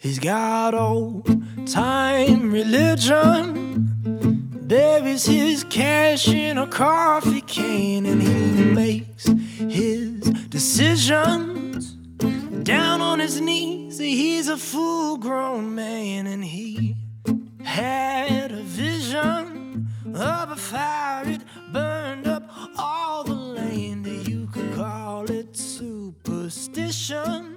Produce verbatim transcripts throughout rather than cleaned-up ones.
He's got old time religion, buries his cash in a coffee can, and he makes his decisions down on his knees. He's a full-grown man, and he had a vision of a fire. It burned up all the land. You could call it superstition.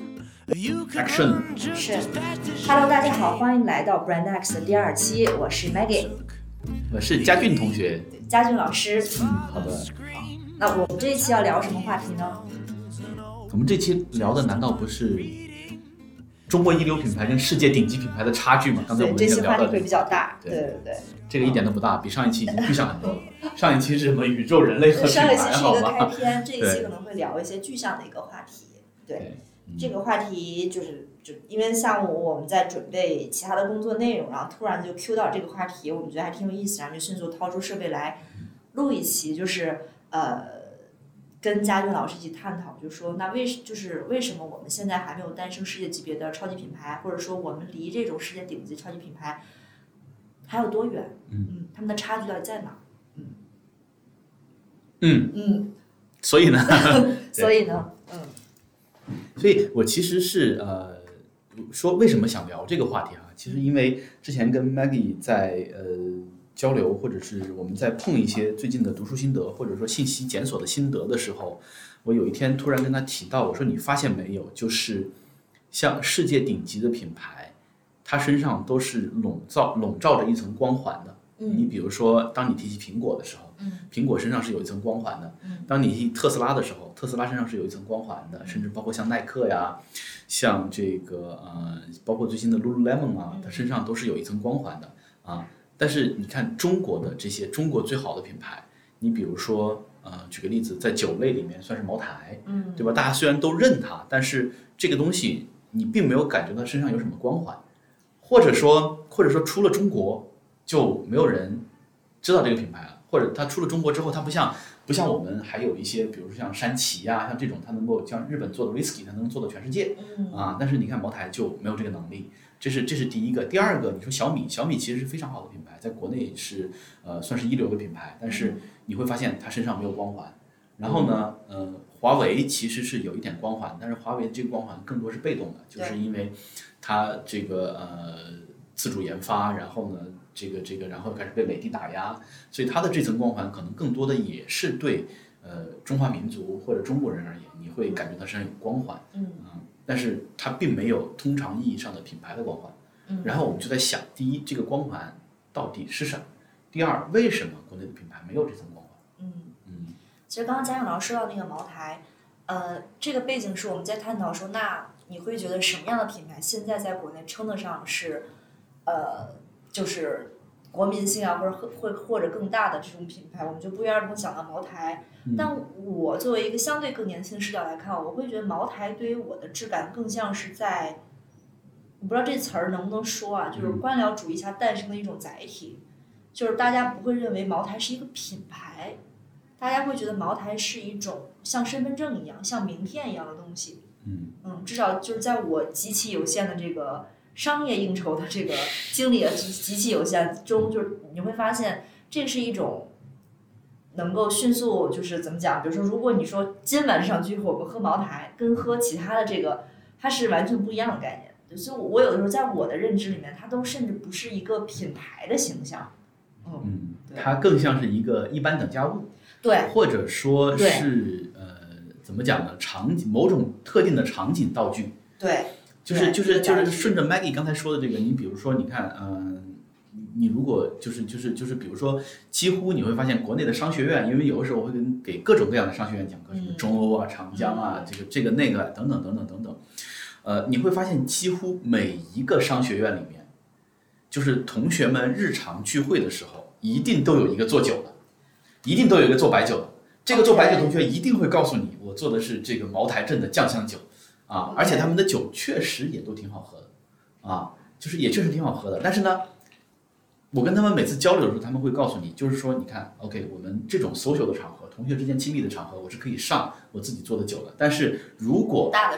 Action 是 Hello 大家好，欢迎来到 Brand X 的第二期，我是 Maggie， 我是佳俊同学。 佳俊老师。 嗯，好的。 那我们这一期要聊什么话题呢？ 我们这期聊的难道不是中国一流品牌跟世界顶级品牌的差距吗？刚才我们这聊到期话题会比较大。对对对， 这个一点都不大，比上一期已经具象很多了。上一期是什么宇宙人类和品牌， 上一期是一个开好篇，这一期可能会聊一些具象的一个话题。对。对嗯、这个话题就是就因为像我们在准备其他的工作内容，然后突然就 Q 到这个话题，我们觉得还挺有意思，然后就迅速掏出设备来录一期，就是呃跟佳俊老师一起探讨，就说那为就是为什么我们现在还没有诞生世界级别的超级品牌，或者说我们离这种世界顶级超级品牌还有多远？ 嗯， 嗯他们的差距到底在哪？嗯嗯嗯， 所以呢， 所以呢，嗯。 所以我其实是呃说为什么想聊这个话题啊？其实因为之前跟 Maggie 在呃交流，或者是我们在碰一些最近的读书心得，或者说信息检索的心得的时候，我有一天突然跟他提到，我说你发现没有，就是像世界顶级的品牌，它身上都是笼罩笼罩着一层光环的。 嗯、 你比如说，当你提起苹果的时候， 嗯、 苹果身上是有一层光环的。 嗯、 当你提特斯拉的时候，特斯拉身上是有一层光环的，甚至包括像耐克呀，像这个呃，包括最新的 Lululemon 啊，它身上都是有一层光环的啊。但是你看中国的这些中国最好的品牌，你比如说呃，举个例子，在酒类里面算是茅台， 嗯， 对吧？大家虽然都认它，但是这个东西你并没有感觉到身上有什么光环，或者说或者说出了中国就没有人知道这个品牌了，或者它出了中国之后，它不像不像我们还有一些，比如说像山崎啊，像这种，它能够像日本做的 whisky， 它能做到全世界， 嗯啊，但是你看茅台就没有这个能力，这是这是第一个。第二个，你说小米，小米其实是非常好的品牌，在国内是呃算是一流的品牌，但是你会发现它身上没有光环。然后呢，呃，华为其实是有一点光环，但是华为的这个光环更多是被动的，就是因为它这个呃自主研发，然后呢。这个这个，然后开始被美的打压，所以它的这层光环可能更多的也是对呃中华民族或者中国人而言，你会感觉它身上有光环， 嗯啊，但是它并没有通常意义上的品牌的光环。 嗯， 然后我们就在想，第一，这个光环到底是什么？第二，为什么国内的品牌没有这层光环？ 嗯嗯， 其实刚刚佳颖老师说到那个茅台，呃，这个背景是我们在探讨说，那你会觉得什么样的品牌现在在国内称得上是，呃。就是国民性啊，或者或或者更大的这种品牌，我们就不约而同想到茅台。 嗯、 但我作为一个相对更年轻的视角来看，我会觉得茅台对于我的质感更像是在，我不知道这词儿能不能说啊，就是官僚主义下诞生的一种载体。嗯、就是大家不会认为茅台是一个品牌，大家会觉得茅台是一种像身份证一样、像名片一样的东西。 嗯嗯，至少就是在我极其有限的这个。商业应酬的这个经历极极其有限中，就是你会发现这是一种能够迅速就是怎么讲，比如说如果你说今晚这场聚会我们喝茅台，跟喝其他的这个它是完全不一样的概念。所以我有的时候在我的认知里面，它都甚至不是一个品牌的形象。 嗯，嗯它更像是一个一般等价物， 对， 或者说是呃怎么讲呢？场景某种特定的场景道具， 对。 就是就是就是顺着 Maggie 刚才说的这个，你比如说，你看，嗯、呃，你如果就是就是就是比如说，几乎你会发现国内的商学院，因为有的时候我会跟给各种各样的商学院讲课，什么中欧啊、长江啊，这个这个那个等等等等等等，呃，你会发现几乎每一个商学院里面，就是同学们日常聚会的时候，一定都有一个做酒的，一定都有一个做白酒的。这个做白酒同学一定会告诉你，我做的是这个茅台镇的酱香酒。啊，而且他们的酒确实也都挺好喝的，啊，就是也确实挺好喝的。但是呢，我跟他们每次交流的时候，他们会告诉你，就是说，你看 ，OK， 我们这种 social 的场合，同学之间亲密的场合，我是可以上我自己做的酒的。但是如果大的场合，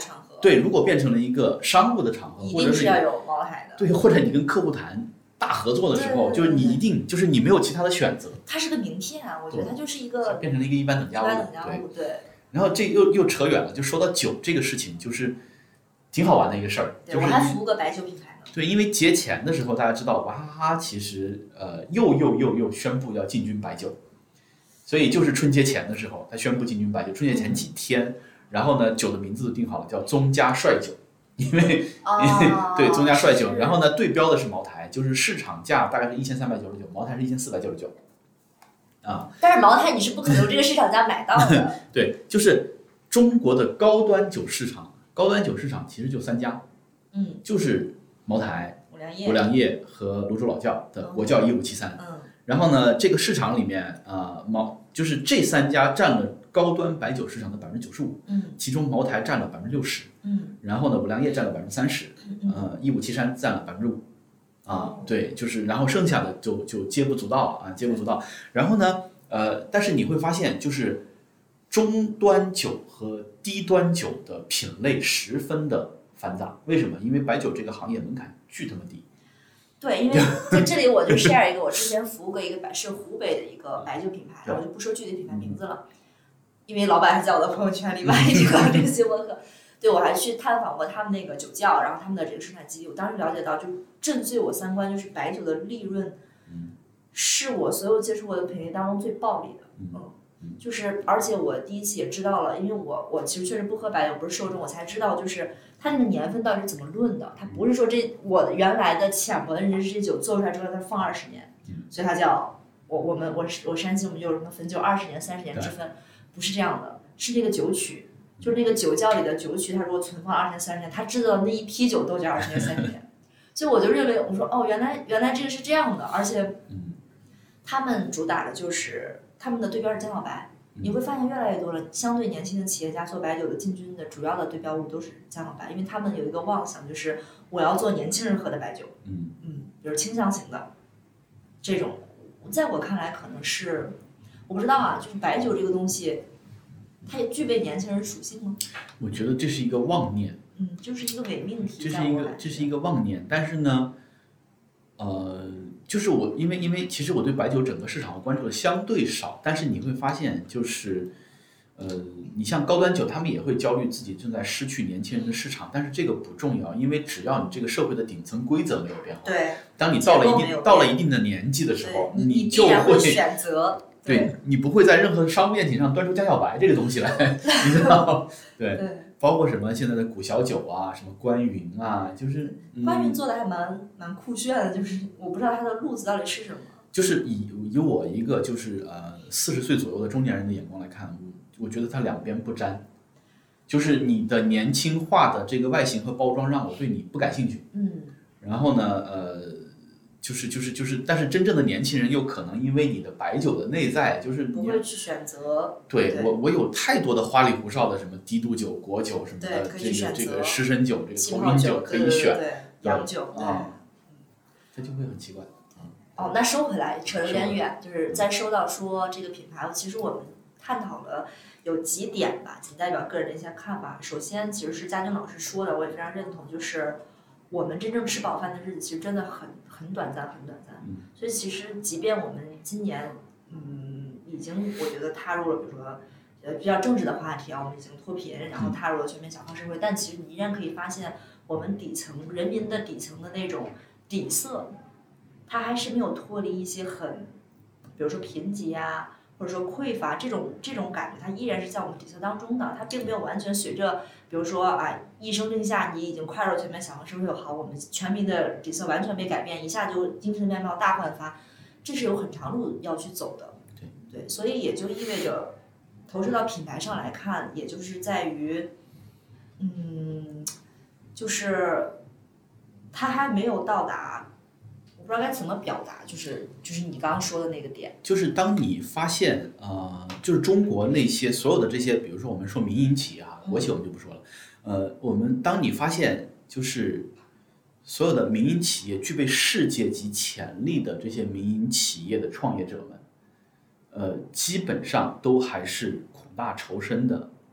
对，如果变成了一个商务的场合， 一或者是定是要有茅台的。 对，或者你跟客户谈大合作的时候，就是你一定就是你没有其他的选择。 它是个名片啊，我觉得它就是一个变成了一个一般等价物。 一般等价物，对。 然后这又又扯远了，就说到酒这个事情，就是挺好玩的一个事儿。就是我还服务个白酒品牌呢。 对，因为节前的时候，大家知道娃哈哈其实呃又又又又宣布要进军白酒，所以就是春节前的时候，他宣布进军白酒。春节前几天，嗯、然后呢，酒的名字都定好了，叫宗家帅酒，因为、 哦、 因为对宗家帅酒，然后呢对标的是茅台，就是市场价大概是一千三百九十九，茅台是一千四百九十九。啊， 但是茅台你是不可能这个市场价买到的。 对，就是中国的高端酒市场，高端酒市场其实就三家， 嗯， 就是茅台、 五粮液、 五粮液和泸州老窖的国窖一五七三。 嗯， 然后呢，这个市场里面啊，茅、呃、就是这三家占了高端白酒市场的百分之九十五， 嗯， 其中茅台占了百分之六十， 嗯， 然后呢，五粮液占了百分之三十，呃，一五七三占了百分之五。啊，对，就是，然后剩下的就就接不足道啊，接不足道。然后呢，呃，但是你会发现，就是中端酒和低端酒的品类十分的繁杂。为什么？因为白酒这个行业门槛巨他妈低。 对，因为在这里我就 share 一个，我之前服务过一个白是湖北的一个白酒品牌，我就不说具体品牌名字了，因为老板还在我的朋友圈里买这个这个星巴克。对，我还去探访过他们那个酒窖，然后他们的这个生产基地，我当时了解到，就震碎我三观，就是白酒的利润，是我所有接触过的品类当中最暴利的，嗯，就是而且我第一次也知道了，因为我我其实确实不喝白酒，不是受众，我才知道就是它那个年份到底是怎么论的，它不是说这我原来的浅薄的认知是这酒做出来之后它放二十年，所以它叫我我们我我山西我们就有什么汾酒二十年、三十年之分，不是这样的，是那个酒曲。就是那个酒窖里的酒曲，它如果存放二十年、三十年，它制造的那一批酒都叫二十年、三十年。所以我就认为，我说哦，原来原来这个是这样的，而且，他们主打的就是他们的对标是江小白。你会发现越来越多了，相对年轻的企业家做白酒的进军的主要的对标物都是江小白，因为他们有一个妄想，就是我要做年轻人喝的白酒。 嗯嗯，比如清香型的这种，在我看来可能是，我不知道啊，就是白酒这个东西。它也具备年轻人属性吗？ 我觉得这是一个妄念， 嗯，就是一个伪命题。 这是一个这是一个妄念，但是呢，呃，就是我因为因为其实我对白酒整个市场关注的相对少，但是你会发现就是，呃，你像高端酒，他们也会焦虑自己正在失去年轻人的市场，但是这个不重要，因为只要你这个社会的顶层规则没有变化， 对， 当你到了一定到了一定的年纪的时候， 你就会选择。 对你不会在任何商务宴请上端出江小白这个东西来，你知道？对， 对包括什么现在的古小酒啊，什么关云啊，就是、 嗯、关云做的还蛮蛮酷炫的，就是我不知道它的路子到底是什么。 就是以以我一个就是呃四十岁左右的中年人的眼光来看，我觉得它两边不沾，就是你的年轻化的这个外形和包装让我对你不感兴趣。 嗯， 然后呢，呃。就是就是就是，但是真正的年轻人又可能因为你的白酒的内在，就是不会去选择。 对, 对我我有太多的花里胡哨的什么低度酒、果酒什么的，这个这个湿身酒、这个头晕酒可以选， 洋酒啊，这就会很奇怪。 哦，那收回来扯得有点远，就是在说到说这个品牌，其实我们探讨了有几点吧，仅代表个人的一些看法。首先，其实是嘉靖老师说的，我也非常认同，就是我们真正吃饱饭的日子其实真的很很短暂，很短暂。 嗯、 所以其实即便我们今年嗯已经我觉得踏入了比如说呃比较政治的话题啊，我们已经脱贫，然后踏入了全面小康社会，但其实你依然可以发现我们底层人民的底层的那种底色，它还是没有脱离一些很比如说贫瘠啊或者说匮乏这种这种感觉，它依然是在我们底色当中的，它并没有完全随着比如说啊一声令下你已经跨入全面小康社会好，我们全民的底色完全没改变，一下就精神面貌大焕发，这是有很长路要去走的。 对对，所以也就意味着投射到品牌上来看，也就是在于嗯就是它还没有到达，我不知道该怎么表达，就是就是你刚刚说的那个点， 就是当你发现呃，就是中国那些所有的这些，比如说我们说民营企业啊，国企我们就不说了，呃，我们当你发现就是所有的民营企业具备世界级潜力的这些民营企业的创业者们，呃，基本上都还是苦大仇深的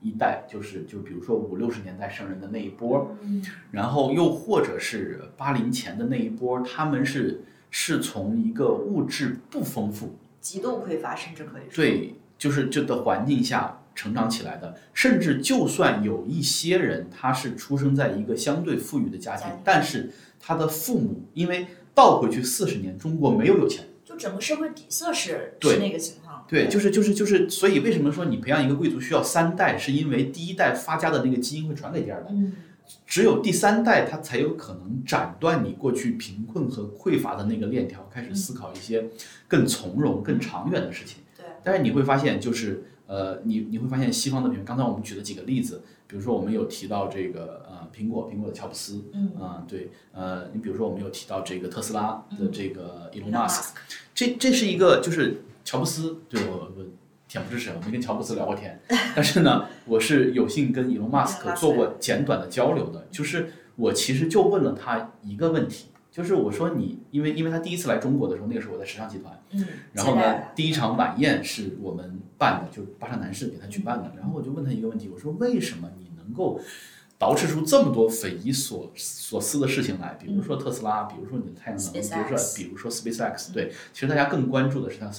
一代，就是就比如说五六十年代生人的那一波，嗯，然后又或者是八零前的那一波，他们是是从一个物质不丰富、 极度匮乏，甚至可以说对，就是这的环境下成长起来的，甚至就算有一些人他是出生在一个相对富裕的家庭， 家庭但是他的父母因为倒回去四十年，中国没有有钱。 就整个社会底色是是那个情况， 对，就是就是就是，所以为什么说你培养一个贵族需要三代，是因为第一代发家的那个基因会传给第二代， 嗯， 只有第三代他才有可能斩断你过去贫困和匮乏的那个链条，开始思考一些更从容、更长远的事情。 对， 但是你会发现，就是呃，你你会发现西方的品牌，刚才我们举了几个例子，比如说我们有提到这个呃苹果，苹果的乔布斯，嗯、呃，对，呃，你比如说我们有提到这个特斯拉的这个 Elon Musk，、嗯、这这是一个就是乔布斯，对我我恬不知耻，我没跟乔布斯聊过天，但是呢，我是有幸跟 Elon Musk 做过简短的交流的，就是我其实就问了他一个问题。就是我说你，因为因为他第一次来中国的时候，那个时候我在时尚集团， 嗯， 然后呢，第一场晚宴是我们办的，就是巴刹男士给他举办的，然后我就问他一个问题，我说为什么你能够捯饬出这么多匪夷所所思的事情来？比如说特斯拉，比如说你的太阳能，比如说比如说 SpaceX， 对，其实大家更关注的是他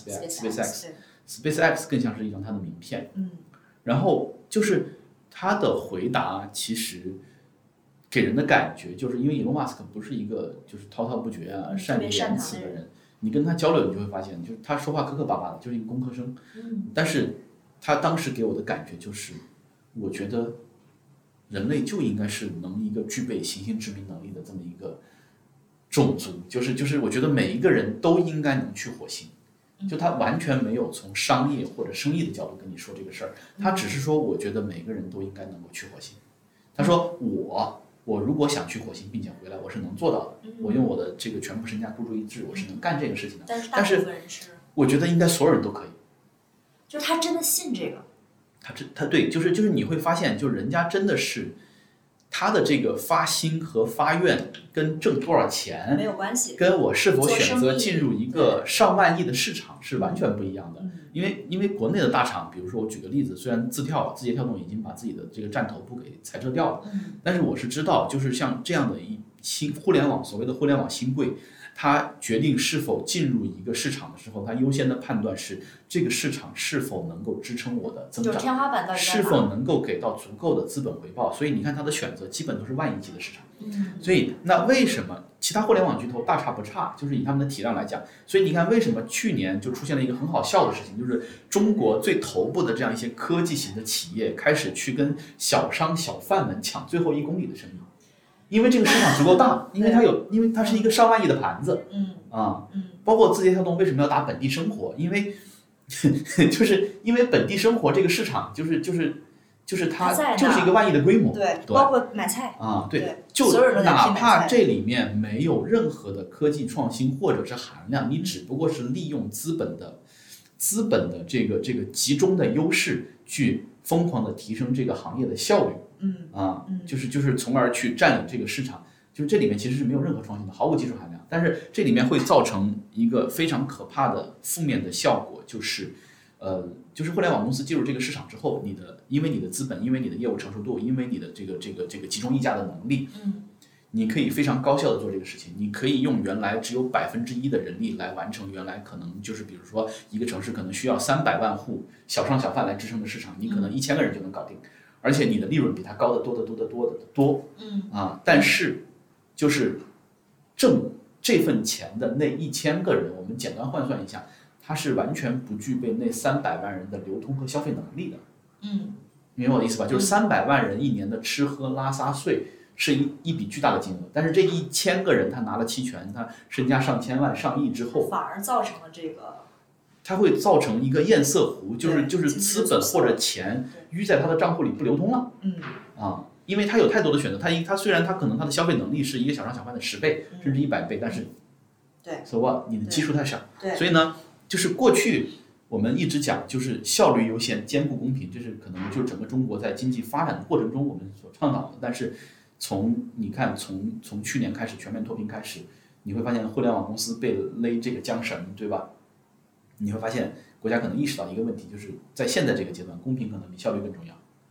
SpaceX，SpaceX 更像是一张他的名片， 嗯， 然后就是他的回答其实。给人的感觉就是因为 Elon Musk 不是一个就是滔滔不绝啊、善于言辞的人，你跟他交流，你就会发现，就是他说话磕磕巴巴的，就是一个工科生。 嗯， 但是他当时给我的感觉就是，我觉得人类就应该是能一个具备行星殖民能力的这么一个种族，就是就是我觉得每一个人都应该能去火星。就他完全没有从商业或者生意的角度跟你说这个事儿，他只是说我觉得每个人都应该能够去火星。他说我。我如果想去火星并且回来，我是能做到的。嗯、我用我的这个全部身家孤注一掷，我是能干这个事情的。 但是大部分人是， 我觉得应该所有人都可以。 就是他真的信这个。 他这他对，就是就是你会发现，就是人家真的是他的这个发心和发愿跟挣多少钱没有关系， 跟我是否选择进入一个上万亿的市场是完全不一样的。 嗯、 因为因为国内的大厂，比如说我举个例子，虽然字跳字节跳动已经把自己的这个站头部给裁撤掉了， 嗯、 但是我是知道，就是像这样的一新互联网所谓的互联网新贵，他决定是否进入一个市场的时候，他优先的判断是这个市场是否能够支撑我的增长， 天花板到底是否能够给到足够的资本回报。所以你看他的选择基本都是万亿级的市场。 嗯、 所以那为什么其他互联网巨头大差不差？就是以他们的体量来讲，所以你看为什么去年就出现了一个很好笑的事情，就是中国最头部的这样一些科技型的企业开始去跟小商小贩们抢最后一公里的生意。因为这个市场足够大，因为它有，因为它是一个上万亿的盘子， 嗯啊， 嗯， 包括字节跳动为什么要打本地生活？因为就是因为本地生活这个市场，就是就是就是它就是一个万亿的规模， 对，包括买菜啊，对， 对就哪怕这里面没有任何的科技创新或者是含量，你只不过是利用资本的资本的这个这个集中的优势去疯狂的提升这个行业的效率。 嗯啊， 嗯就是就是从而去占领这个市场，就是这里面其实是没有任何创新的，毫无技术含量。但是这里面会造成一个非常可怕的负面的效果，就是，呃，就是互联网公司进入这个市场之后，你的因为你的资本，因为你的业务成熟度，因为你的这个这个这个集中议价的能力， 嗯， 你可以非常高效的做这个事情。你可以用原来只有百分之一的人力来完成原来可能就是比如说一个城市可能需要三百万户小商小贩来支撑的市场，你可能一千个人就能搞定。而且你的利润比它高得多得多得多得多， 嗯啊，但是就是挣这份钱的那一千个人，我们简单换算一下，他是完全不具备那三百万人的流通和消费能力的， 嗯， 明白我的意思吧？就是三百万人一年的吃喝拉撒睡是一一笔巨大的金额，但是这一千个人他拿了期权，他身家上千万上亿之后， 反而造成了这个。 它会造成一个堰塞湖，就是就是资本或者钱淤在他的账户里不流通了。 嗯啊，因为他有太多的选择，他一他虽然他可能他的消费能力是一个小商小贩的十倍、嗯、甚至一百倍，但是对 ，so what 你的基数太少， 对， 所以呢，就是过去我们一直讲就是效率优先，兼顾公平，这是可能就整个中国在经济发展的过程中我们所倡导的。但是从你看从从去年开始全面脱贫开始，你会发现互联网公司被勒这个缰绳，对吧？你会发现国家可能意识到一个问题，就是在现在这个阶段，公平可能比效率更重要。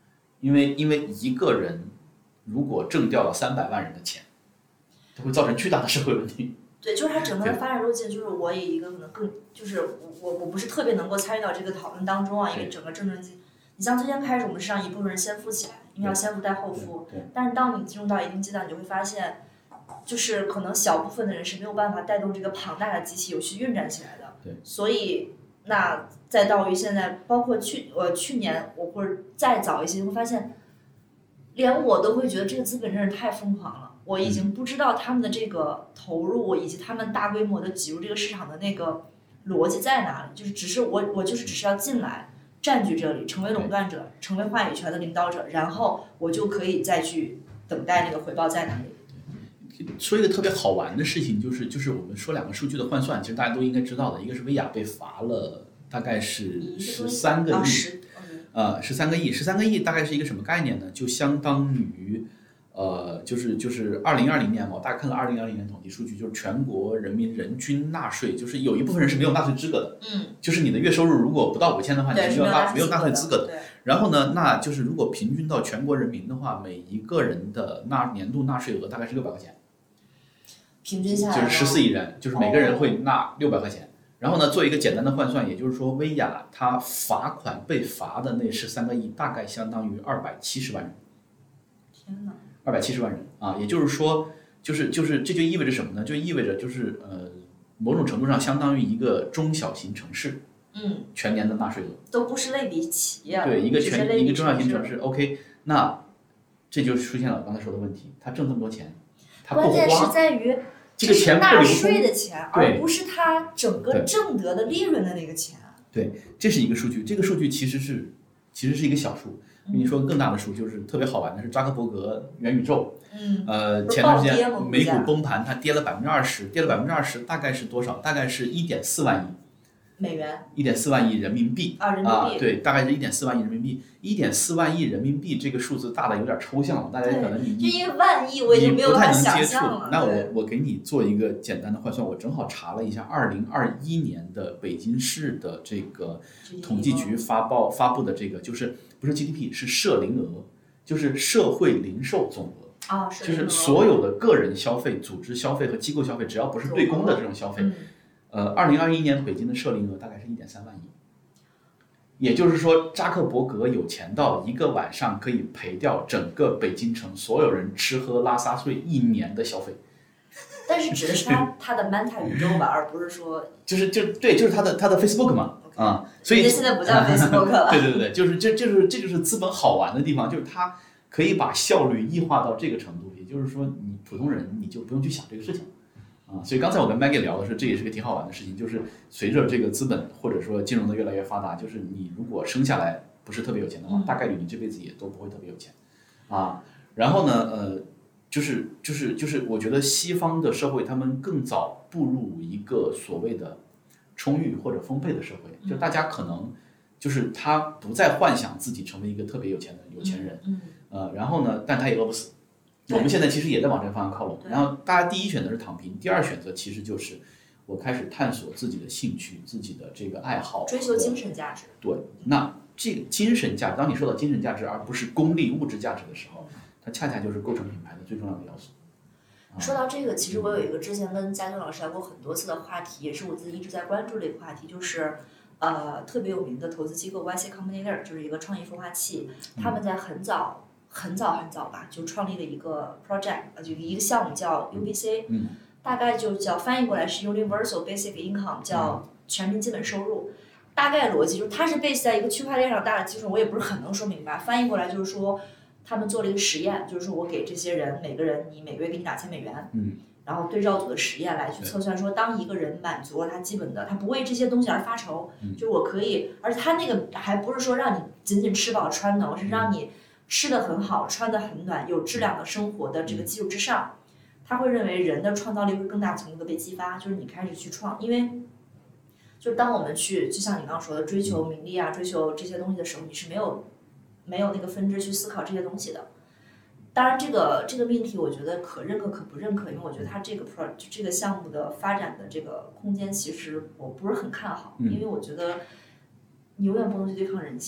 因为因为一个人如果挣掉了三百万人的钱，它会造成巨大的社会问题。 对，就是它整个的发展路径，就是我以一个可能更，就是我我不是特别能够参与到这个讨论当中啊，因为整个政治经，你像最先开始我们是让一部分人先富起来，因为要先富带后富，但是当你进入到一定阶段，你就会发现，就是可能小部分的人是没有办法带动这个庞大的机器有序运转起来的。 对， 所以那再到于现在，包括去呃去年我或者再早一些，你会发现，连我都会觉得这个资本真是太疯狂了。我已经不知道他们的这个投入以及他们大规模的挤入这个市场的那个逻辑在哪里，就是只是我我就是只是要进来占据这里，成为垄断者，成为话语权的领导者，然后我就可以再去等待这个回报在哪里。 说一个特别好玩的事情，就是就是我们说两个数据的换算，其实大家都应该知道的，一个是薇娅被罚了大概是十三个亿，呃，十三个亿，十三个亿大概是一个什么概念呢？就相当于。呃，就是就是二零二零年嘛，我大概看了二零二零年统计数据，就是全国人民人均纳税，就是有一部分人是没有纳税资格的， 嗯， 就是你的月收入如果不到五千的话，你是没有纳没有纳税资格的。然后呢，那就是如果平均到全国人民的话，每一个人的纳年度纳税额大概是六百块钱， 平均下来就是十四亿人，就是每个人会纳六百块钱。然后呢，做一个简单的换算，也就是说，薇娅她罚款被罚的那十三个亿，大概相当于二百七十万人。 天哪！ 二百七十万人啊，也就是说，就是就是这就意味着什么呢？就意味着就是呃，某种程度上相当于一个中小型城市， 嗯， 全年的纳税额都不是类比企业， 对，一个全一个中小型城市。 OK， 那这就出现了我刚才说的问题，他挣这么多钱，他不花， 关键是在于这个钱不纳流税的钱，而不是他整个对挣得的利润的那个钱。 对，这是一个数据，这个数据其实是其实是一个小数。跟你说更大的数就是特别好玩的是扎克伯格元宇宙， 嗯， 呃，前段时间美股崩盘，它跌了百分之二十，跌了百分之二十，大概是多少？大概是一点四万亿美元， 一点四万亿人民币啊，人民币、 啊，对，大概是一点四万亿人民币，一点四万亿人民币这个数字大的有点抽象了，大家可能你就因为万亿我已经没有办法想象了。 那我我给你做一个简单的换算，我正好查了一下，二零二一年的北京市的这个统计局发报发布的这个就是。不是 G D P， 是社零额，就是社会零售总额， 啊， 就是所有的个人消费、组织消费和机构消费，只要不是对公的这种消费， 嗯、 呃，二零二一年北京的社零额大概是一点三万亿，也就是说，扎克伯格有钱到一个晚上可以赔掉整个北京城所有人吃喝拉撒睡一年的消费。 但是指的是他他的 Meta 宇宙吧，而不是说就是就对，就是他的他的 Facebook 嘛。啊、嗯，所以现在不叫 Facebook 了。 对对对，就是这，就是这就是资本好玩的地方，就是它可以把效率异化到这个程度，也就是说，你普通人你就不用去想这个事情，啊，所以刚才我跟 Maggie 聊的是，这也是个挺好玩的事情，就是随着这个资本或者说金融的越来越发达，就是你如果生下来不是特别有钱的话， 嗯、 大概率你这辈子也都不会特别有钱，啊，然后呢，呃，就是就是就是我觉得西方的社会他们更早步入一个所谓的。充裕或者丰沛的社会，就大家可能就是他不再幻想自己成为一个特别有钱的有钱人， 嗯嗯、呃，然后呢，但他也饿不死。我们现在其实也在往这个方向靠拢。然后大家第一选择是躺平，第二选择其实就是我开始探索自己的兴趣、自己的这个爱好， 追求精神价值。 对，那这个精神价值，当你说到精神价值而不是功利物质价值的时候，它恰恰就是构成品牌的最重要的要素。 说到这个，其实我有一个之前跟嘉俊老师聊过很多次的话题，也是我自己一直在关注的一个话题，就是呃特别有名的投资机构 Y C Combinator， 就是一个创意孵化器，他们在很早很早很早吧就创立了一个 project， 呃就一个项目叫 U B C， 嗯， 大概就叫翻译过来是 Universal Basic Income， 叫全民基本收入。大概逻辑就是它是 base 在一个区块链上大的基础，我也不是很能说明白。翻译过来就是说。他们做了一个实验，就是说我给这些人每个人，你每个月给你两千美元， 嗯， 然后对照组的实验来去测算说，当一个人满足了他基本的，他不为这些东西而发愁， 嗯、 就是我可以，而且他那个还不是说让你仅仅吃饱穿暖，而是让你吃得很好，穿得很暖，有质量的生活的这个基础之上，他会认为人的创造力会更大程度的被激发，就是你开始去创，因为。就是当我们去，就像你刚刚说的，追求名利啊，追求这些东西的时候，你是没有。没有那个分支去思考这些东西的，当然这个这个命题我觉得可认可可不认可，因为我觉得它这个 pro 这个项目的发展的这个空间其实我不是很看好， 嗯、 因为我觉得你永远不能去对抗人性，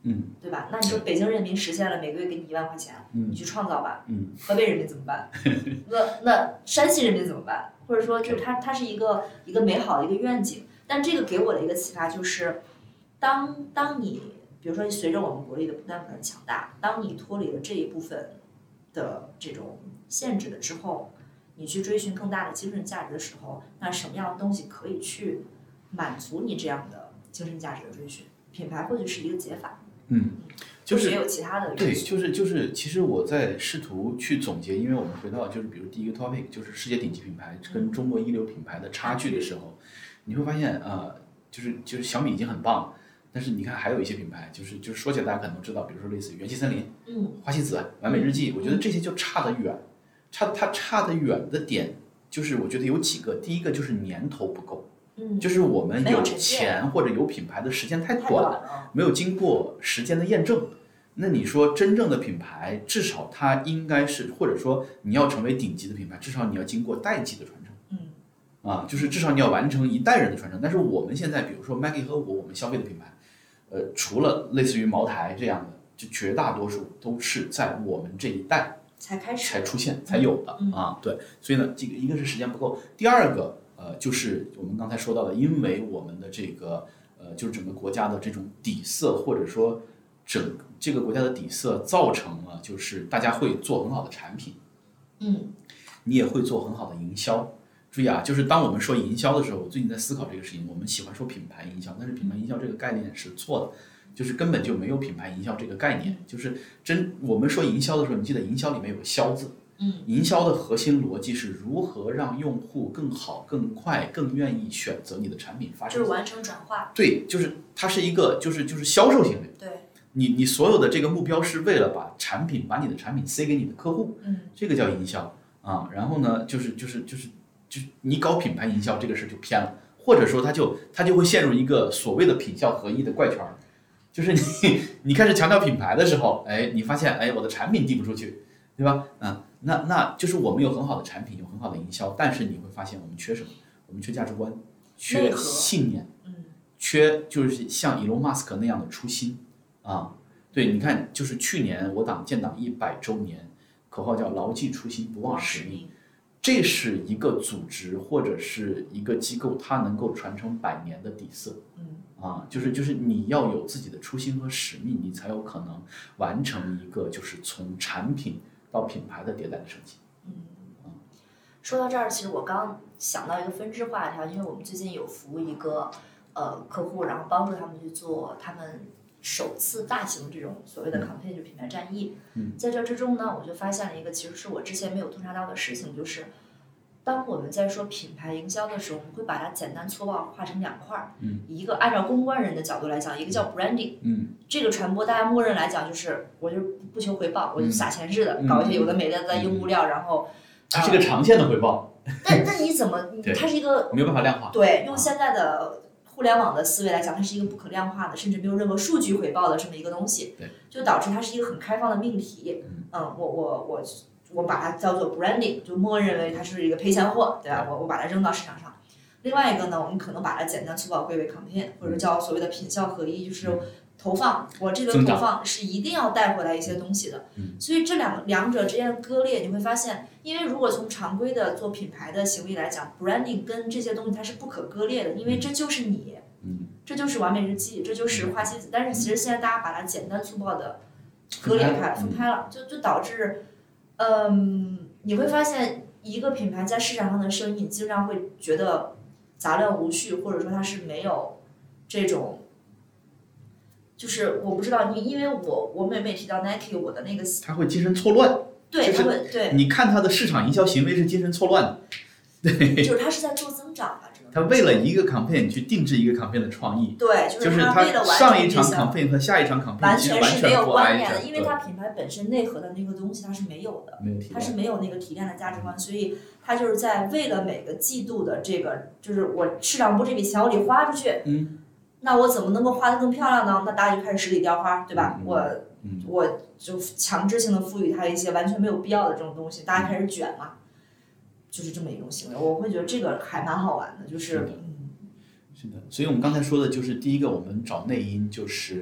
嗯， 对吧？那你说北京人民实现了每个月给你一万块钱， 嗯、 你去创造吧。 嗯， 河北人民怎么办？那那山西人民怎么办？或者说，就是它它是一个一个美好的一个愿景。但这个给我的一个启发就是，当当你比如说随着我们国力的不断不断强大，当你脱离了这一部分的这种限制了之后，你去追寻更大的精神价值的时候，那什么样的东西可以去满足你这样的精神价值的追寻？品牌或许是一个解法。 嗯，就是也有其他的对，就是就是，其实我在试图去总结，因为我们回到就是比如第一个 topic 就是世界顶级品牌跟中国一流品牌的差距的时候，你会发现呃，就是就是小米已经很棒，但是你看还有一些品牌，就是就是说起来大家可能都知道，比如说类似于元气森林、 嗯、 花西子、完美日记，我觉得这些就差得远，差它差得远的点就是我觉得有几个，第一个就是年头不够。 嗯， 就是我们有钱或者有品牌的时间太短了，没有经过时间的验证。那你说真正的品牌，至少它应该是，或者说你要成为顶级的品牌，至少你要经过代际的传承。 嗯， 啊，就是至少你要完成一代人的传承。但是我们现在，比如说 Maggi 和我，我们消费的品牌，呃，除了类似于茅台这样的，就绝大多数都是在我们这一代才开始才出现才有的、 嗯、 啊。对，所以呢，这个一个是时间不够，第二个。呃，就是我们刚才说到的，因为我们的这个呃，就是整个国家的这种底色，或者说整这个国家的底色，造成了就是大家会做很好的产品， 嗯， 你也会做很好的营销。注意啊，就是当我们说营销的时候，我最近在思考这个事情。我们喜欢说品牌营销，但是品牌营销这个概念是错的，就是根本就没有品牌营销这个概念。就是真我们说营销的时候，你记得营销里面有个销字。 嗯， 营销的核心逻辑是如何让用户更好、更快、更愿意选择你的产品，发生就是完成转化。 对，就是它是一个就是就是销售行为。 对， 你你所有的这个目标是为了把产品把你的产品塞给你的客户， 嗯， 这个叫营销啊。然后呢，就是就是就是就是你搞品牌营销这个事就偏了，或者说它就它就会陷入一个所谓的品效合一的怪圈，就是你你开始强调品牌的时候，哎，你发现哎我的产品递不出去，对吧？啊。那那就是我们有很好的产品，有很好的营销，但是你会发现我们缺什么？我们缺价值观，缺信念， 嗯， 缺就是像 Elon Musk 那样的初心啊。对，你看，就是去年我党建党一百周年，口号叫牢记初心，不忘使命。这是一个组织或者是一个机构，它能够传承百年的底色。 嗯， 啊，就是就是你要有自己的初心和使命，你才有可能完成一个就是从产品到品牌的迭代的升级。 嗯，说到这儿，其实我刚想到一个分支化条，因为我们最近有服务一个呃客户，然后帮助他们去做他们首次大型这种所谓的 campaign 就品牌战役。 嗯， 在这之中呢，我就发现了一个其实是我之前没有洞察到的事情，就是当我们在说品牌营销的时候，我们会把它简单粗暴划成两块。 嗯， 一个按照公关人的角度来讲，一个叫 branding。 嗯， 这个传播大家默认来讲就是我就不求回报，我就撒钱似的、 嗯、 搞一些有的没的在用物料，然后它是个长线的回报。 但但你怎么？它是一个没有办法量化。 对，用现在的互联网的思维来讲，它是一个不可量化的，甚至没有任何数据回报的这么一个东西。 对， 就导致它是一个很开放的命题。 嗯， 嗯我我我我把它叫做 branding， 就默认为它是一个赔钱货，对吧？我我把它扔到市场上。另外一个呢，我们可能把它简单粗暴归为 campaign， 或者叫所谓的品效合一，就是投放，我这个投放是一定要带回来一些东西的。 嗯， 所以这两两者之间的割裂，你会发现，因为如果从常规的做品牌的行为来讲 ，branding 跟这些东西它是不可割裂的，因为这就是你， 嗯， 这就是完美日记，这就是花西子。但是其实现在大家把它简单粗暴的割裂开了，分开了，就就导致，嗯，你会发现一个品牌在市场上的声音，经常会觉得杂乱无序，或者说它是没有这种。就是我不知道你，因为我我每每提到 Nike， 我的那个它会精神错乱， 对，它会对。 你看它的市场营销行为是精神错乱的，对， 就是它是在做增长吧， 它为了一个 campaign 去定制一个 campaign 的创意， 对， 就是它为了完成上一场 campaign 和下一场 campaign 完全是没有关联的， 因因为它品牌本身内核的那个东西它是没有的， 没有它是没有那个提炼的价值观，所以它就是在为了每个季度的这个，就是我市场部这笔钱我得花出去， 嗯。 那我怎么能够画得更漂亮呢？那大家就开始十里雕花，对吧？ 嗯、 我、 嗯、 我就强制性的赋予它一些完全没有必要的这种东西，大家开始卷嘛，就是这么一种行为。我会觉得这个还蛮好玩的，就是是的，嗯，是的。所以我们刚才说的就是第一个，我们找内因，就是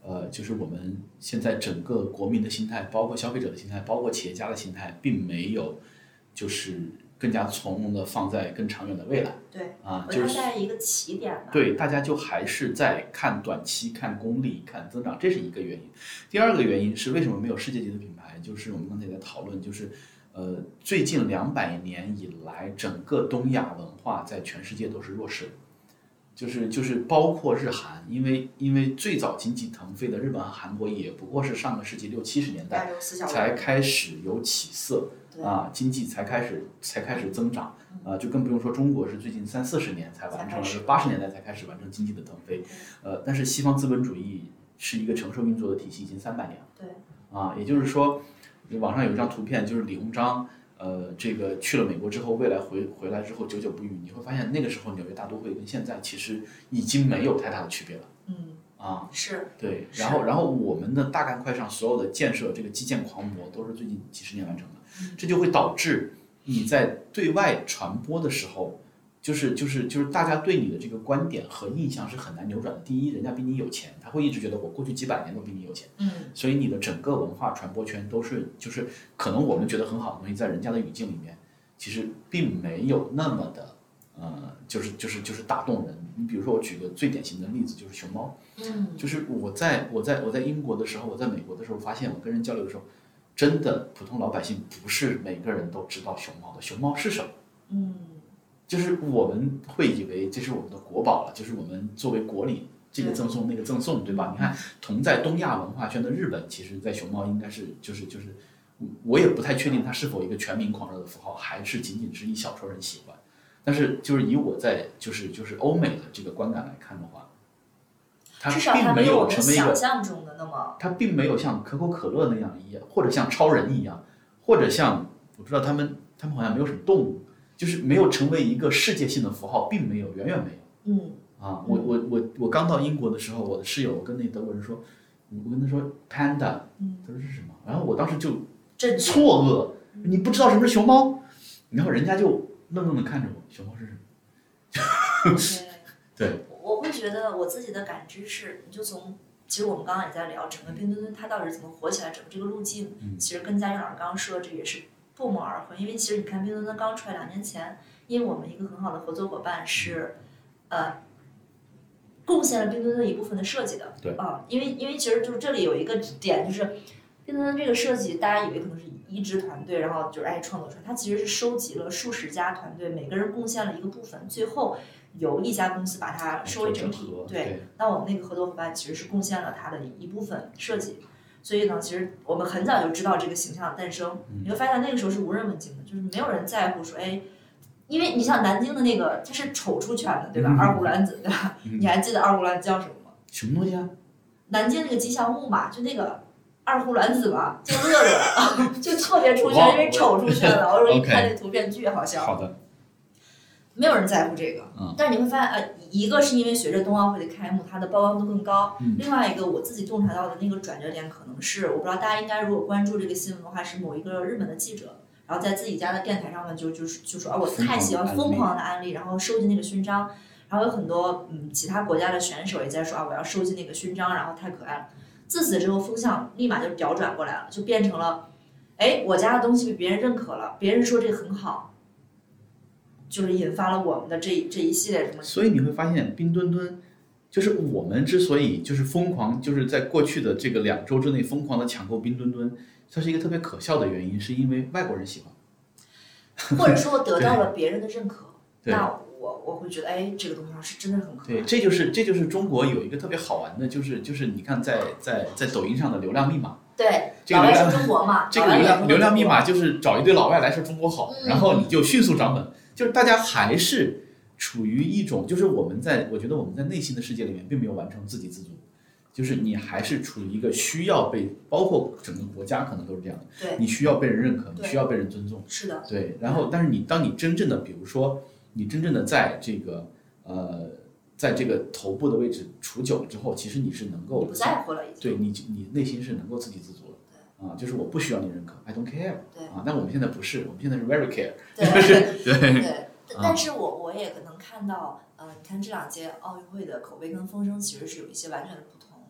呃，就是我们现在整个国民的心态，包括消费者的心态，包括企业家的心态，并没有就是更加从容的放在更长远的未来。 对啊， 我觉得在一个起点吧。 对，大家就还是在看短期、看功利、看增长，这是一个原因。第二个原因是为什么没有世界级的品牌？就是我们刚才也在讨论，就是呃，最近两百年以来，整个东亚文化在全世界都是弱势的。就是就是包括日韩，因为因为最早经济腾飞的日本和韩国也不过是上个世纪六七十年代才开始有起色啊，经济才开始才开始增长啊，就更不用说中国是最近三四十年才完成了，八十年代才开始完成经济的腾飞，呃，但是西方资本主义是一个承受运作的体系，已经三百年了， 对啊，也就是说，网上有一张图片，就是李鸿章。呃，这个去了美国之后，未来回回来之后久久不语，你会发现那个时候纽约大都会跟现在其实已经没有太大的区别了。 嗯， 啊， 是， 对，然后然后我们的大干快上所有的建设，这个基建狂魔都是最近几十年完成的， 嗯、 这就会导致你在对外传播的时候，就是就是就是大家对你的这个观点和印象是很难扭转的。第一，人家比你有钱，他会一直觉得我过去几百年都比你有钱， 嗯， 所以你的整个文化传播圈都是就是可能我们觉得很好的东西，在人家的语境里面，其实并没有那么的呃，就是就是就是打动人。你比如说，我举个最典型的例子，就是熊猫， 嗯， 就是我在我在我在英国的时候，我在美国的时候，发现我跟人交流的时候，真的普通老百姓不是每个人都知道熊猫的，熊猫是什么， 嗯。 就是我们会以为这是我们的国宝了，就是我们作为国礼，这个赠送那个赠送，对吧？你看，同在东亚文化圈的日本，其实在熊猫应该是就是就是，我也不太确定它是否一个全民狂热的符号，还是仅仅是一小撮人喜欢。但是就是以我在就是就是欧美的这个观感来看的话，它并没有成为一个， 想象中的那么， 它并没有像可口可乐那样一样，或者像超人一样，或者像我知道他们他们好像没有什么动物。就是没有成为一个世界性的符号，并没有，远远没有。 嗯， 啊，我我我我刚到英国的时候，我的室友跟那德国人说，我跟他说 panda， 他说是什么？然后我当时就错愕，你不知道什么是熊猫？然后人家就愣愣的看着我，熊猫是什么？对， 我会觉得我自己的感知是，你就从其实我们刚刚也在聊整个冰墩墩它到底是怎么火起来，整个这个路径， 嗯、 其实跟家长老师刚刚说的这也是。不谋而合，因为其实你看冰墩墩刚出来两年前，因为我们一个很好的合作伙伴是，呃，贡献了冰墩墩一部分的设计的， 对啊、呃，因为因为其实就是这里有一个点，就是冰墩墩这个设计，大家以为可能是一支团队，然后就是爱创作出来，它其实是收集了数十家团队，每个人贡献了一个部分，最后由一家公司把它收为整体。 对， 对，那我们那个合作伙伴其实是贡献了它的一部分设计。所以呢，其实我们很早就知道这个形象的诞生，你会发现那个时候是无人问津的，就是没有人在乎说，哎，因为你像南京的那个，它是丑出圈的，对吧？嗯、二胡兰子，对吧？嗯、你还记得二胡兰子叫什么吗？ 什么东西啊？ 南京那个吉祥物嘛，就那个二胡兰子嘛，就乐乐，就特别出圈，因为丑出圈了。我说一看那图片巨好笑。 好的。 没有人在乎这个， 嗯、 但是你会发现，呃，一个是因为随着冬奥会的开幕，它的曝光度更高； 嗯、 另外一个，我自己洞察到的那个转折点，可能是我不知道大家应该如果关注这个新闻的话，是某一个日本的记者，然后在自己家的电台上面就就是就说啊，我太喜欢疯狂的案例，然后收集那个勋章，然后有很多嗯其他国家的选手也在说啊，我要收集那个勋章，然后太可爱了。自此之后，风向立马就调转过来了，就变成了，哎，我家的东西被别人认可了，别人说这个很好。就是引发了我们的这这一系列什么， 所以你会发现冰墩墩，就是我们之所以就是疯狂，就是在过去的这个两周之内疯狂的抢购冰墩墩，它是一个特别可笑的原因，是因为外国人喜欢， 或者说得到了别人的认可，那我我会觉得，哎，这个东西是真的很可爱。 对，这就是这就是中国有一个特别好玩的，就是就是你看在在在抖音上的流量密码。 对， 这个老外是中国嘛， 这个流量流量密码就是找一堆老外来说中国好， 嗯、 然后你就迅速涨粉。就是大家还是处于一种，就是我们在，我觉得我们在内心的世界里面并没有完成自给自足，就是你还是处于一个需要被，包括整个国家可能都是这样的， 对， 你需要被人认可，你需要被人尊重， 是的， 对。然后，但是你当你真正的，比如说你真正的在这个呃，在这个头部的位置处久了之后，其实你是能够你不在乎了，已经， 对你你内心是能够自给自足了。啊，就是我不需要你认可 ，I don't care。 对啊，但我们现在不是，我们现在是 very care。 对对对对。但是我我也能看到，呃，你看这两届奥运会的口碑跟风声其实是有一些完全的不同。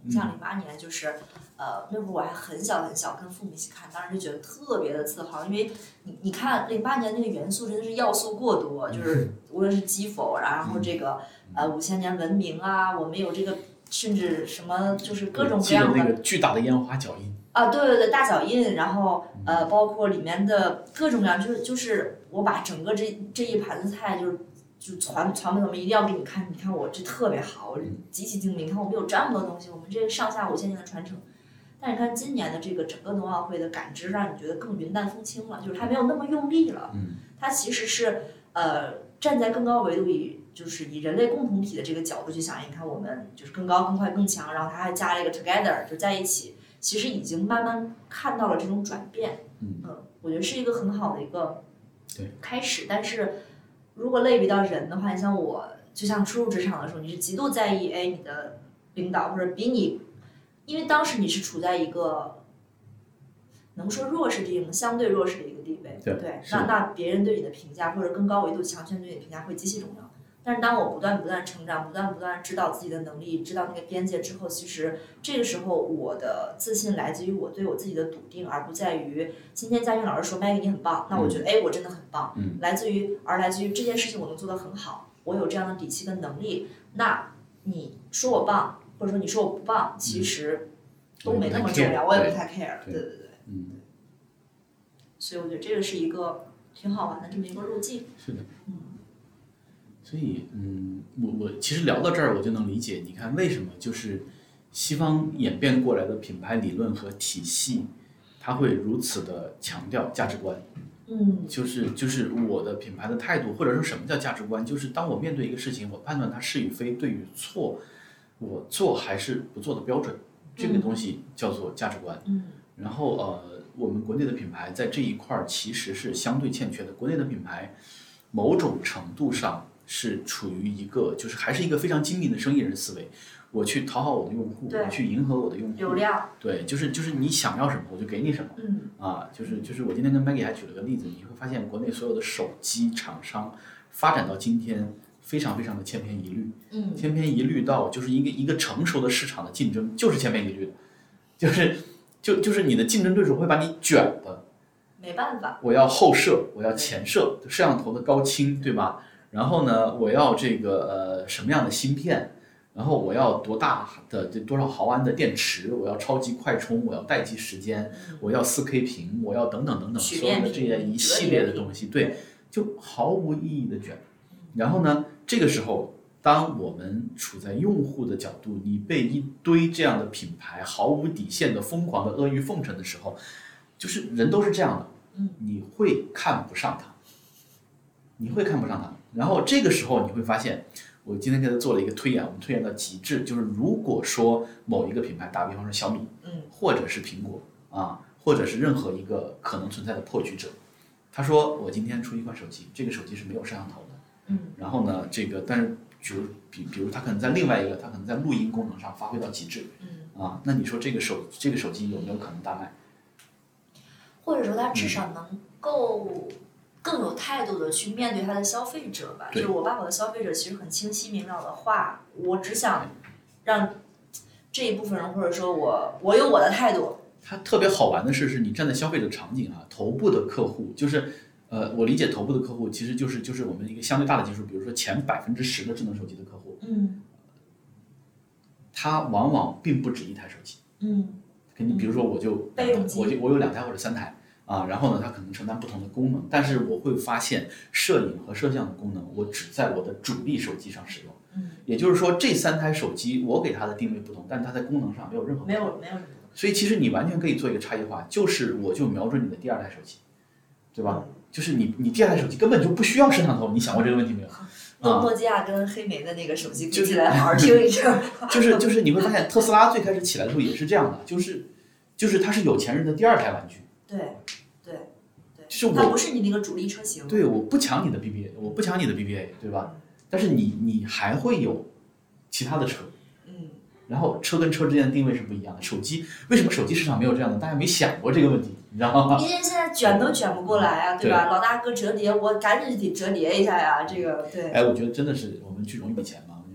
像零八年就是，呃，那会儿我还很小很小，跟父母一起看，当时就觉得特别的自豪，因为你你看零八年那个元素真的是要素过多，就是无论是基否，然后这个呃五千年文明啊，我们有这个甚至什么就是各种各样的那个巨大的烟花脚印啊，对对对，大脚印，然后呃包括里面的各种各样，就是就是我把整个这这一盘子菜就是。就传传媒我们一定要给你看，你看我这特别好，我极其精明，你看我们有这么多东西，我们这上下五千年的传承。但你看今年的这个整个冬奥会的感知，让你觉得更云淡风轻了，就是它没有那么用力了。 嗯， 它其实是呃站在更高维度以就是以人类共同体的这个角度去想，你看我们就是更高、更快、更强，然后它还加了一个 together， 就在一起，其实已经慢慢看到了这种转变。 嗯， 呃、我觉得是一个很好的一个开始， 对， 但是。如果类比到人的话，你像我，就像初入职场的时候，你是极度在意，哎，你的领导或者比你，因为当时你是处在一个能说弱势地位，相对弱势的一个地位， 对， 对，那那别人对你的评价或者更高维度强权对你的评价会极其重要。但是当我不断不断成长，不断不断知道自己的能力，知道那个边界之后，其实这个时候我的自信来自于我对我自己的笃定，而不在于今天嘉宾老师说 Maggie 你很棒，那我觉得哎、嗯、我真的很棒， 嗯， 来自于而来自于这件事情我能做得很好，我有这样的底气跟能力。那你说我棒，或者说你说我不棒，其实都没那么重要， 嗯、 我也不太 care， 对对对， 嗯， 所以我觉得这个是一个挺好玩的这么一个路径。 是的， 嗯。 所以，嗯，我我其实聊到这儿，我就能理解，你看为什么就是西方演变过来的品牌理论和体系，它会如此的强调价值观。 嗯， 就是就是我的品牌的态度，或者说什么叫价值观，就是当我面对一个事情，我判断它是与非、对与错，我做还是不做的标准，这个东西叫做价值观。 嗯， 然后呃，我们国内的品牌在这一块其实是相对欠缺的，国内的品牌某种程度上。是处于一个，就是还是一个非常精密的生意人思维，我去讨好我的用户，我去迎合我的用户， 流量， 对，就是就是你想要什么我就给你什么， 嗯， 啊，就是就是我今天跟 Maggie 还举了个例子，你会发现国内所有的手机厂商发展到今天非常非常的千篇一律， 嗯， 千篇一律到就是一个一个成熟的市场的竞争就是千篇一律的，就是就就是你的竞争对手会把你卷的， 没办法， 我要后摄，我要前摄，摄像头的高清，对吧？然后呢，我要这个呃什么样的芯片，然后我要多大的这多少毫安的电池，我要超级快充，我要待机时间，我要 四 K 屏，我要等等等等，所有的这些一系列的东西，对，就毫无意义的卷。然后呢，这个时候，当我们处在用户的角度，你被一堆这样的品牌毫无底线的疯狂的阿谀奉承的时候，就是人都是这样的，你会看不上它，你会看不上它。然后这个时候你会发现，我今天给他做了一个推演，我们推演到极致，就是如果说某一个品牌，打比方说小米， 嗯， 或者是苹果啊，或者是任何一个可能存在的破局者，他说我今天出一款手机，这个手机是没有摄像头的， 嗯，然后呢，这个但是比如比比如他可能在另外一个，他可能在录音功能上发挥到极致， 嗯， 啊，那你说这个手这个手机有没有可能大卖？ 或者说它至少能够更有态度的去面对它的消费者吧，就是我把我的消费者其实很清晰明了的话，我只想让这一部分人，或者说我我有我的态度。 它特别好玩的是，是你站在消费者场景啊，头部的客户就是，呃，我理解头部的客户其实就是就是我们一个相对大的基数，比如说前百分之十的智能手机的客户， 嗯， 他往往并不止一台手机， 嗯， 给你比如说我就我就我有两台或者三台。啊，然后呢，它可能承担不同的功能，但是我会发现摄影和摄像的功能，我只在我的主力手机上使用。 嗯， 也就是说，这三台手机我给它的定位不同，但是它在功能上没有任何不同。 没有没有。 所以其实你完全可以做一个差异化，就是我就瞄准你的第二台手机，对吧？嗯、就是你你第二台手机根本就不需要摄像头，你想过这个问题没有？ 诺诺基亚跟黑莓的那个手机比起来，好好听一下。 就是就是你会发现，特斯拉最开始起来的时候也是这样的，就是就是它是有钱人的第二台玩具。 对。 就是我它不是你那个主力车型。 对，我不抢你的 B B A， 我不抢你的 B B A， 对吧？但是你你还会有其他的车， 嗯， 然后车跟车之间的定位是不一样的。手机为什么手机市场没有这样的？大家没想过这个问题，你知道吗？ 因为现在卷都卷不过来啊，对吧？对，老大哥折叠，我赶紧得折叠一下呀，这个对。 哎，我觉得真的是我们聚拢以前嘛，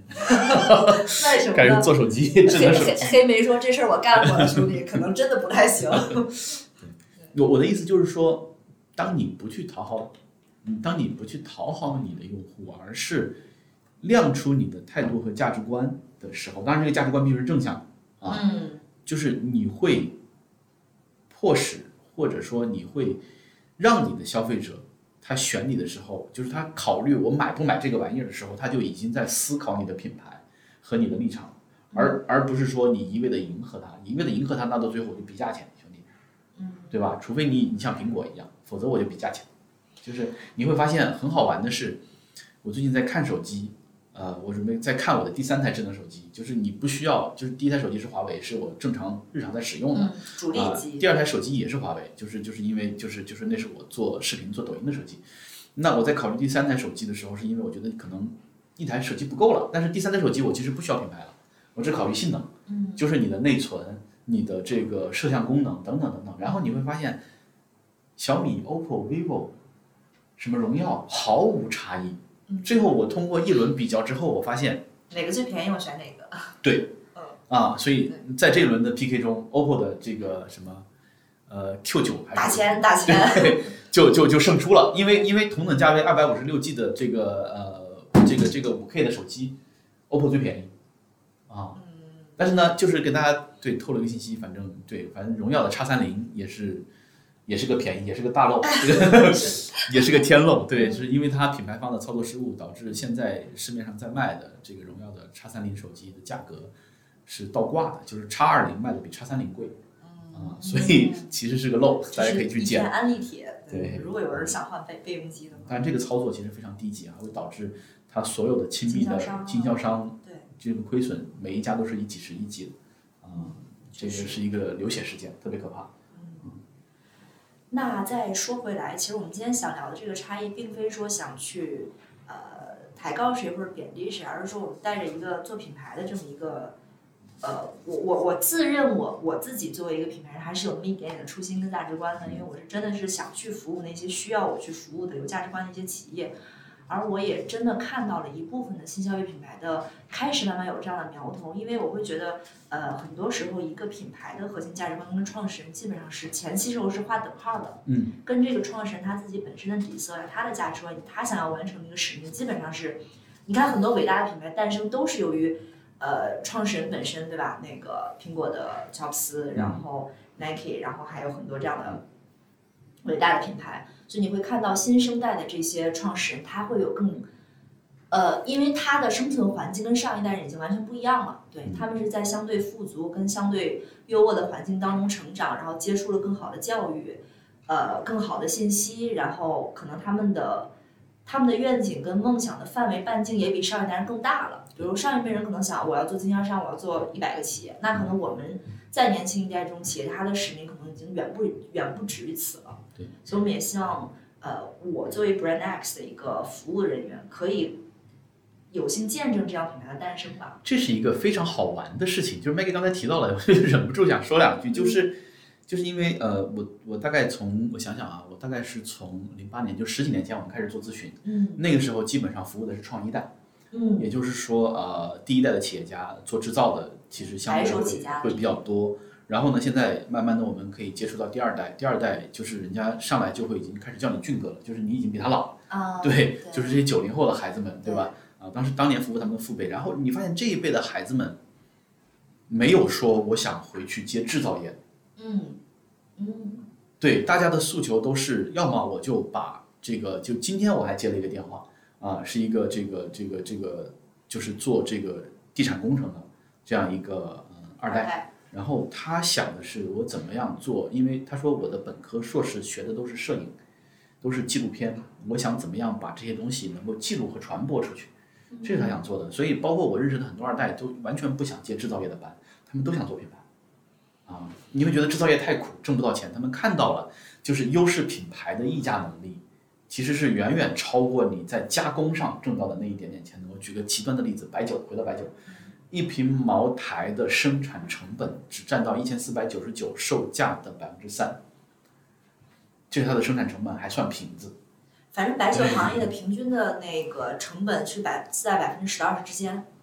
为什么呢？ 开始做手机，智能手机。 黑黑莓说这事儿我干过了，兄弟，可能真的不太行。 我我的意思就是说，当你不去讨好，当你不去讨好你的用户，而是亮出你的态度和价值观的时候，当然这个价值观必须是正向的啊， 嗯， 就是你会迫使或者说你会让你的消费者他选你的时候，就是他考虑我买不买这个玩意儿的时候，他就已经在思考你的品牌和你的立场，而而不是说你一味的迎合他，一味的迎合他，那到最后就比价钱，兄弟， 嗯， 对吧？除非你你像苹果一样，否则我就比价钱。就是你会发现很好玩的是，我最近在看手机，呃，我准备在看我的第三台智能手机，就是你不需要，就是第一台手机是华为，是我正常日常在使用的， 嗯、主力机、 呃。第二台手机也是华为，就是就是因为就是就是那是我做视频做抖音的手机。那我在考虑第三台手机的时候，是因为我觉得可能一台手机不够了，但是第三台手机我其实不需要品牌了，我只考虑性能， 嗯， 就是你的内存、你的这个摄像功能等等等等。然后你会发现，小米、O P P O、vivo。什么荣耀毫无差异，最后我通过一轮比较之后，我发现哪个最便宜我选哪个。 对， 嗯啊，所以在这一轮的 P K 中 ，O P P O 的这个什么呃 Q 九还是打钱打钱， 对，就就就胜出了，因为因为同等价位二百五十六 G 的这个呃这个这个五 K 的手机 ，O P P O 最便宜啊，但是呢，就是给大家对透露一个信息，反正对，反正荣耀的 X 三零也是。也是个便宜，也是个大漏，也是个天漏。对，是因为它品牌方的操作失误，导致现在市面上在卖的这个荣耀的 X 三零手机的价格是倒挂的，就是 X 二零卖的比 X 三零贵，啊，所以其实是个漏，大家可以去捡。 安利帖， 对， 如果有人想换备备用机的话， 但这个操作其实非常低级啊，会导致它所有的亲密的经销商， 对这个亏损，每一家都是以几十亿计的，啊，这个是一个流血事件，特别可怕。 那再说回来，其实我们今天想聊的这个差异，并非说想去呃抬高谁或者贬低谁，而是说我们带着一个做品牌的这么一个呃，我我我自认我我自己作为一个品牌人，还是有那么一点点的初心跟价值观的，因为我是真的是想去服务那些需要我去服务的有价值观的一些企业。而我也真的看到了一部分的新消费品牌的开始慢慢有这样的苗头，因为我会觉得，呃，很多时候一个品牌的核心价值观跟创始人基本上是前期时候是划等号的， 嗯， 跟这个创始人他自己本身的底色呀、他的价值观、他想要完成的一个使命，基本上是，你看很多伟大的品牌诞生都是由于，呃，创始人本身，对吧？那个苹果的乔布斯，然后 Nike， 然后还有很多这样的伟大的品牌。所以你会看到新生代的这些创始人，他会有更，呃，因为他的生存环境跟上一代人已经完全不一样了，对，他们是在相对富足跟相对优渥的环境当中成长，然后接触了更好的教育，呃，更好的信息，然后可能他们的他们的愿景跟梦想的范围半径也比上一代人更大了。比如上一辈人可能想我要做经销商，我要做一百个企业，那可能我们在年轻一代中，企业它的使命可能已经远不远不止于此了。 对， 所以我们也希望，呃，我作为 Brand X 的一个服务人员，可以有幸见证这样品牌的诞生吧。 这是一个非常好玩的事情，就是 Maggie 刚才提到了，我忍不住想说两句，就是就是因为呃，我我大概从我想想啊，我大概是从零八年，就十几年前我们开始做咨询， 嗯， 那个时候基本上服务的是创一代， 嗯， 也就是说呃，第一代的企业家做制造的其实相对会会比较多。然后呢，现在慢慢的我们可以接触到第二代，第二代就是人家上来就会已经开始叫你俊哥了，就是你已经比他老， 啊， 对， 对就是这些九零后的孩子们，对吧？啊，当时当年服务他们的父辈，然后你发现这一辈的孩子们没有说我想回去接制造业， 嗯嗯， 对，大家的诉求都是要么我就把这个，就今天我还接了一个电话啊，是一个这个这个这个就是做这个地产工程的这样一个嗯二代。然后他想的是我怎么样做，因为他说我的本科硕士学的都是摄影，都是纪录片，我想怎么样把这些东西能够记录和传播出去，这是他想做的。所以包括我认识的很多二代都完全不想接制造业的班，他们都想做品牌啊。你会觉得制造业太苦，挣不到钱，他们看到了就是优势品牌的溢价能力其实是远远超过你在加工上挣到的那一点点钱的。我举个极端的例子，白酒，回到白酒。一瓶茅台的生产成本只占到一千四百九十九售价的百分之三，这是它的生产成本，还算瓶子。 反正白酒行业的平均的那个成本是百在百分之十到二十之间。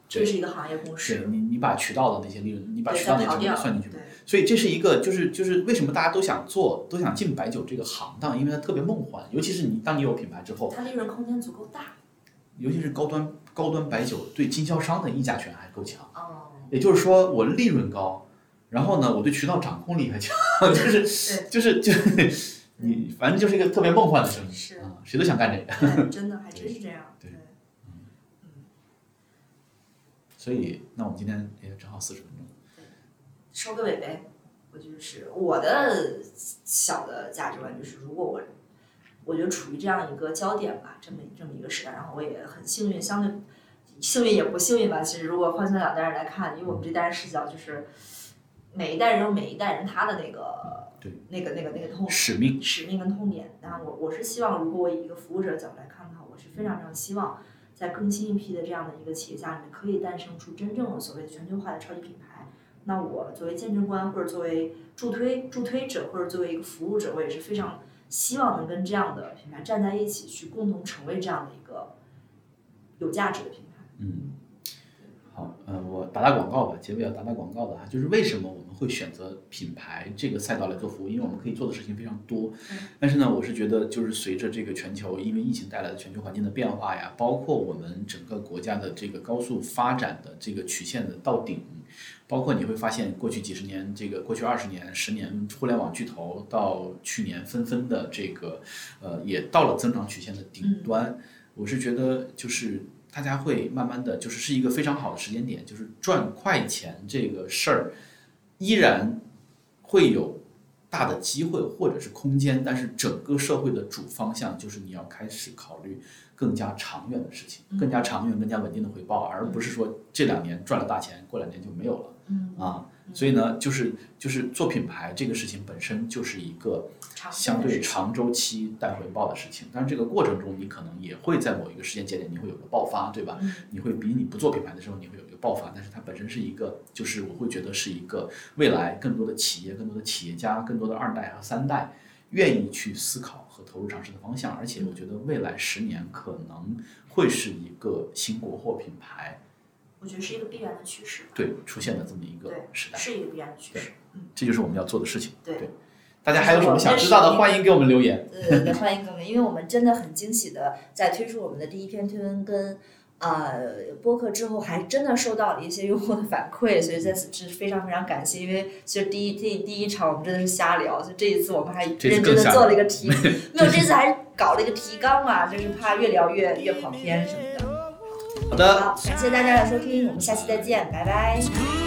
这是一个行业共识。 对你，你把渠道的那些利润，你把渠道那些成本算进去，所以这是一个，就是就是为什么大家都想做，都想进白酒这个行当，因为它特别梦幻，尤其是你当你有品牌之后， 它利润空间足够大。 尤其是高端高端白酒对经销商的议价权还够强。 哦。 也就是说，我利润高，然后呢，我对渠道掌控力还强，就是就是就你反正就是一个特别梦幻的生意， 是啊，谁都想干这个。对，真的还真是这样。 对，嗯嗯。所以，那我们今天也正好四十分钟。 收个尾呗，我就是我的小的价值观就是，如果我，我觉得处于这样一个焦点吧，这么这么一个时代，然后我也很幸运，相对幸运也不幸运吧。其实如果换算两代人来看，因为我们这代人视角就是，每一代人有每一代人他的那个， 对， 那个那个那个痛使命， 使命跟痛点。然后我我是希望，如果我以一个服务者角度来看的话，我是非常非常希望，在更新一批的这样的一个企业家里面，可以诞生出真正的所谓的全球化的超级品牌。那我作为见证官，或者作为助推助推者，或者作为一个服务者，我也是非常希望能跟这样的品牌站在一起，去共同成为这样的一个有价值的品牌。 嗯，好，呃，我打打广告吧，结尾要打打广告的哈，就是为什么我们会选择品牌这个赛道来做服务，因为我们可以做的事情非常多。但是呢，我是觉得就是随着这个全球因为疫情带来的全球环境的变化呀，包括我们整个国家的这个高速发展的这个曲线的到顶。包括你会发现，过去几十年，这个过去二十年、十年，互联网巨头到去年纷纷的这个，呃，也到了增长曲线的顶端。嗯、我是觉得，就是大家会慢慢的就是是一个非常好的时间点，就是赚快钱这个事儿，依然会有大的机会或者是空间，但是整个社会的主方向就是你要开始考虑更加长远的事情，更加长远、更加稳定的回报，而不是说这两年赚了大钱，过两年就没有了。嗯啊，所以呢，就是就是做品牌这个事情本身就是一个相对长周期带回报的事情，但是这个过程中你可能也会在某一个时间节点你会有个爆发，对吧？你会比你不做品牌的时候你会有一个爆发，但是它本身是一个，就是我会觉得是一个未来更多的企业、更多的企业家、更多的二代和三代愿意去思考和投入尝试的方向，而且我觉得未来十年可能会是一个新国货品牌。 我觉得是一个必然的趋势。 对，出现的这么一个时代， 是一个必然的趋势。嗯， 这就是我们要做的事情。 对， 对大家还有什么想知道的，欢迎给我们留言。 对对对，欢迎给我们，因为我们真的很惊喜的在推出我们的第一篇推文跟呃播客之后，还真的收到了一些用户的反馈，所以在此是非常非常感谢。因为其实第一第第一场我们真的是瞎聊，所以这一次我们还认真的做了一个题，没有这次还搞了一个提纲嘛，就是怕越聊越越跑偏什么的。 好的， 好，感谢大家的收听，我们下期再见，拜拜。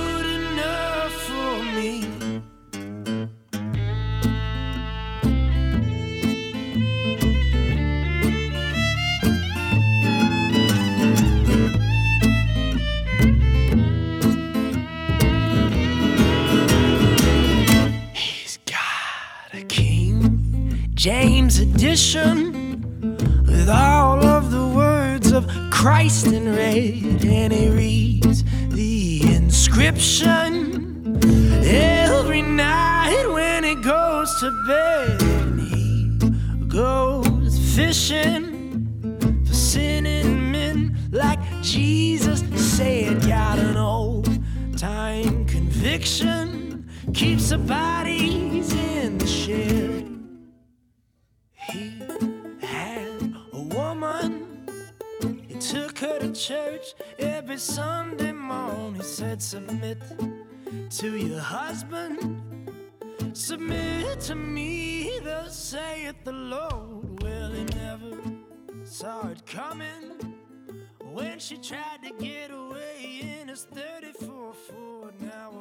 He's got a King James edition with all of the words of Christ in red, and he reads the inscription every night when he goes to bed. And he goes fishing for sinning men, like Jesus said. Got an old time conviction, keeps the bodies in the shed. He had a woman, he took her to church every Sunday morning. He said, submit to your husband, submit to me, thus saith the Lord. Well, he never saw it coming when she tried to get away in his thirty-four Ford. Now